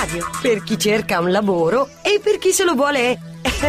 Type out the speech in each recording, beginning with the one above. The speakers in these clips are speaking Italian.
radio, per chi cerca un lavoro e per chi se lo vuole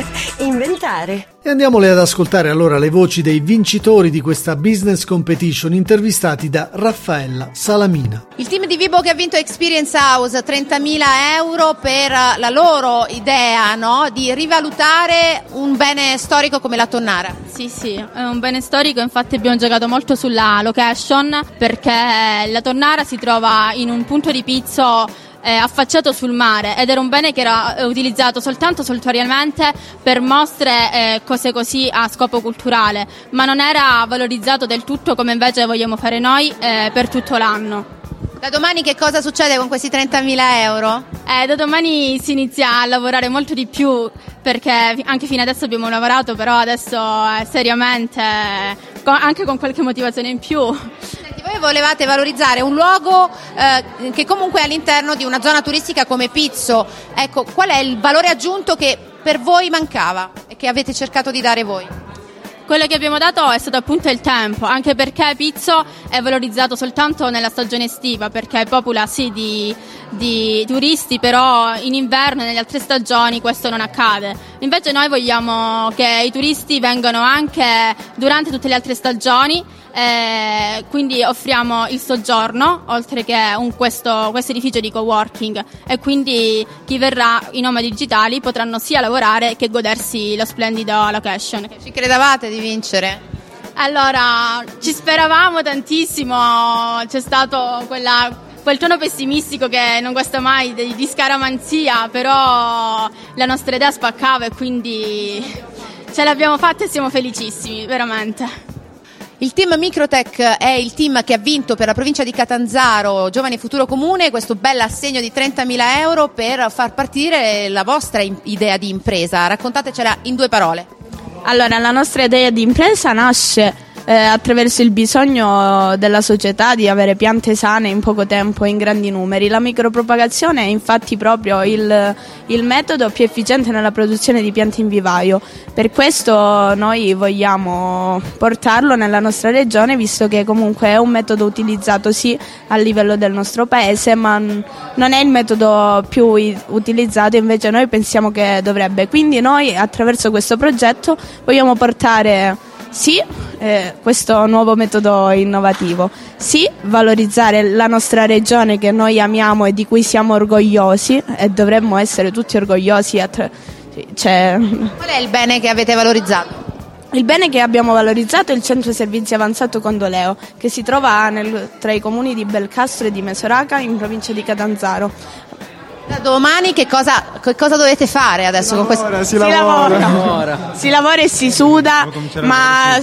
inventare. E andiamole ad ascoltare allora le voci dei vincitori di questa business competition, intervistati da Raffaella Salamina. Il team di Vibo che ha vinto Experience House, 30.000 euro per la loro idea, no? Di rivalutare un bene storico come la Tonnara. Sì, è un bene storico, infatti abbiamo giocato molto sulla location, perché la Tonnara si trova in un punto di pizzo affacciato sul mare, ed era un bene che era utilizzato soltanto solitariamente per mostre, cose così a scopo culturale, ma non era valorizzato del tutto come invece vogliamo fare noi per tutto l'anno. Da domani che cosa succede con questi 30.000 euro? Da domani si inizia a lavorare molto di più, perché anche fino adesso abbiamo lavorato, però adesso seriamente, anche con qualche motivazione in più. Senti, voi volevate valorizzare un luogo che comunque è all'interno di una zona turistica come Pizzo. Ecco, qual è il valore aggiunto che per voi mancava e che avete cercato di dare voi? Quello che abbiamo dato è stato appunto il tempo, anche perché Pizzo è valorizzato soltanto nella stagione estiva, perché popola sì di turisti, però in inverno e nelle altre stagioni questo non accade. Invece noi vogliamo che i turisti vengano anche durante tutte le altre stagioni, quindi offriamo il soggiorno oltre che questo edificio di coworking, e quindi chi verrà, i nomadi digitali, potranno sia lavorare che godersi lo splendido location. Ci credevate di vincere? Allora, ci speravamo tantissimo, c'è stato quel tono pessimistico che non guasta mai di scaramanzia, però la nostra idea spaccava e quindi ce l'abbiamo fatta e siamo felicissimi, veramente. Il team Microtech è il team che ha vinto per la provincia di Catanzaro Giovani Futuro Comune questo bel assegno di 30.000 euro per far partire la vostra idea di impresa. Raccontatecela in 2 parole. Allora, la nostra idea di impresa nasce attraverso il bisogno della società di avere piante sane in poco tempo e in grandi numeri. La micropropagazione è infatti proprio il metodo più efficiente nella produzione di piante in vivaio. Per questo noi vogliamo portarlo nella nostra regione, visto che comunque è un metodo utilizzato sì a livello del nostro paese, ma non è il metodo più utilizzato, invece noi pensiamo che dovrebbe. Quindi noi attraverso questo progetto vogliamo portare questo nuovo metodo innovativo, valorizzare la nostra regione che noi amiamo e di cui siamo orgogliosi, e dovremmo essere tutti orgogliosi. Qual è il bene che avete valorizzato? Il bene che abbiamo valorizzato è il centro servizi avanzato Condoleo, che si trova tra i comuni di Belcastro e di Mesoraca, in provincia di Catanzaro. Da domani che cosa dovete fare adesso con questo? Si lavora e si suda, ma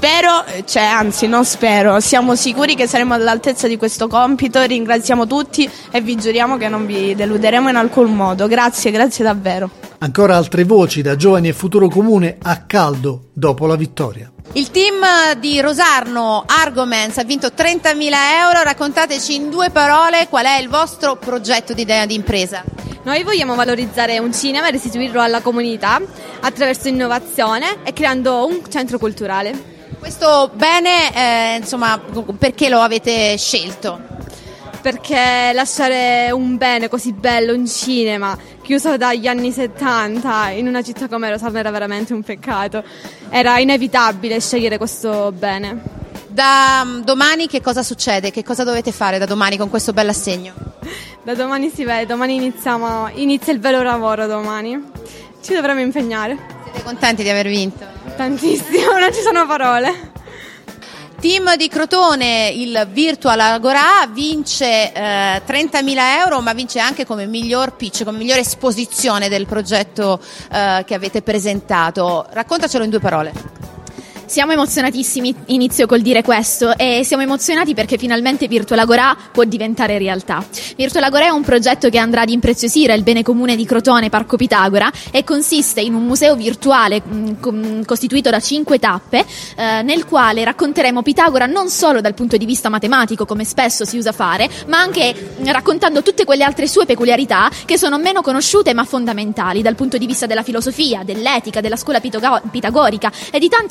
siamo sicuri che saremo all'altezza di questo compito. Ringraziamo tutti e vi giuriamo che non vi deluderemo in alcun modo. Grazie davvero. Ancora altre voci da Giovani e Futuro Comune a caldo dopo la vittoria. Il team di Rosarno Argomens ha vinto 30.000 euro. Raccontateci in 2 parole qual è il vostro progetto di idea di impresa. Noi vogliamo valorizzare un cinema e restituirlo alla comunità attraverso innovazione e creando un centro culturale. Questo bene, perché lo avete scelto? Perché lasciare un bene così bello, un cinema chiuso dagli anni 70 in una città come Rosarno era veramente un peccato. Era inevitabile scegliere questo bene. Da domani che cosa succede? Che cosa dovete fare da domani con questo bell'assegno? Da domani si vede, domani inizia il vero lavoro domani. Ci dovremo impegnare. Siete contenti di aver vinto? Tantissimo, non ci sono parole. Team di Crotone, il Virtual Agora, vince 30.000 euro, ma vince anche come miglior pitch, come migliore esposizione del progetto che avete presentato. Raccontacelo in 2 parole. Siamo emozionatissimi, inizio col dire questo, e siamo emozionati perché finalmente Virtual Agora può diventare realtà. Virtual Agora è un progetto che andrà ad impreziosire il bene comune di Crotone, Parco Pitagora, e consiste in un museo virtuale costituito da 5 tappe, nel quale racconteremo Pitagora non solo dal punto di vista matematico, come spesso si usa fare, ma anche raccontando tutte quelle altre sue peculiarità che sono meno conosciute ma fondamentali dal punto di vista della filosofia, dell'etica, della scuola pitagorica e di tanti suoi aneddoti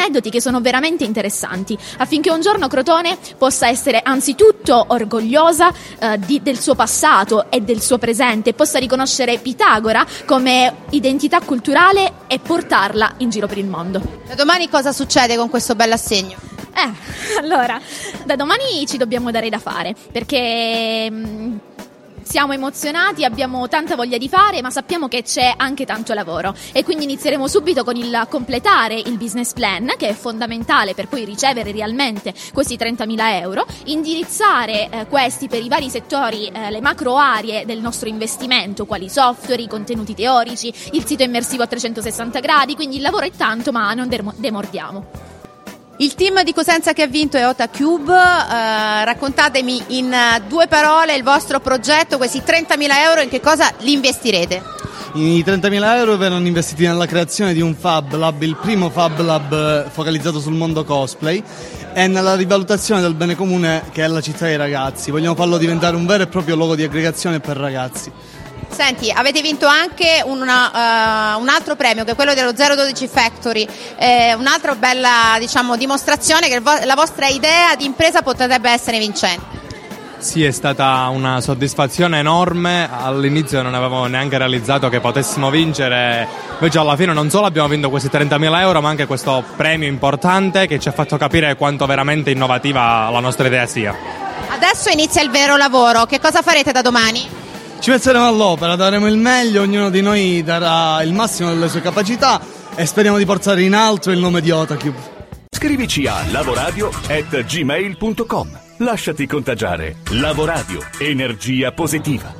aneddoti che sono veramente interessanti, affinché un giorno Crotone possa essere anzitutto orgogliosa del suo passato e del suo presente, possa riconoscere Pitagora come identità culturale e portarla in giro per il mondo. Da domani cosa succede con questo bell'assegno? Allora, da domani ci dobbiamo dare da fare, perché siamo emozionati, abbiamo tanta voglia di fare, ma sappiamo che c'è anche tanto lavoro, e quindi inizieremo subito con il completare il business plan, che è fondamentale per poi ricevere realmente questi 30.000 euro, indirizzare questi per i vari settori, le macro aree del nostro investimento, quali software, i contenuti teorici, il sito immersivo a 360 gradi, quindi il lavoro è tanto, ma non demordiamo. Il team di Cosenza che ha vinto è Otacube. Raccontatemi in 2 parole il vostro progetto, questi 30.000 euro, in che cosa li investirete? I 30.000 euro verranno investiti nella creazione di un Fab Lab, il primo Fab Lab focalizzato sul mondo cosplay, e nella rivalutazione del bene comune che è la città dei ragazzi. Vogliamo farlo diventare un vero e proprio luogo di aggregazione per ragazzi. Senti, avete vinto anche un altro premio, che è quello dello 012 Factory, un'altra bella, diciamo, dimostrazione che la vostra idea di impresa potrebbe essere vincente. Sì, è stata una soddisfazione enorme. All'inizio non avevamo neanche realizzato che potessimo vincere, invece alla fine non solo abbiamo vinto questi 30.000 euro, ma anche questo premio importante che ci ha fatto capire quanto veramente innovativa la nostra idea sia. Adesso inizia il vero lavoro, che cosa farete da domani? Ci metteremo all'opera, daremo il meglio, ognuno di noi darà il massimo delle sue capacità e speriamo di portare in alto il nome di Otacube. Scrivici a lavoradio@gmail.com. Lasciati contagiare. Lavoradio, energia positiva.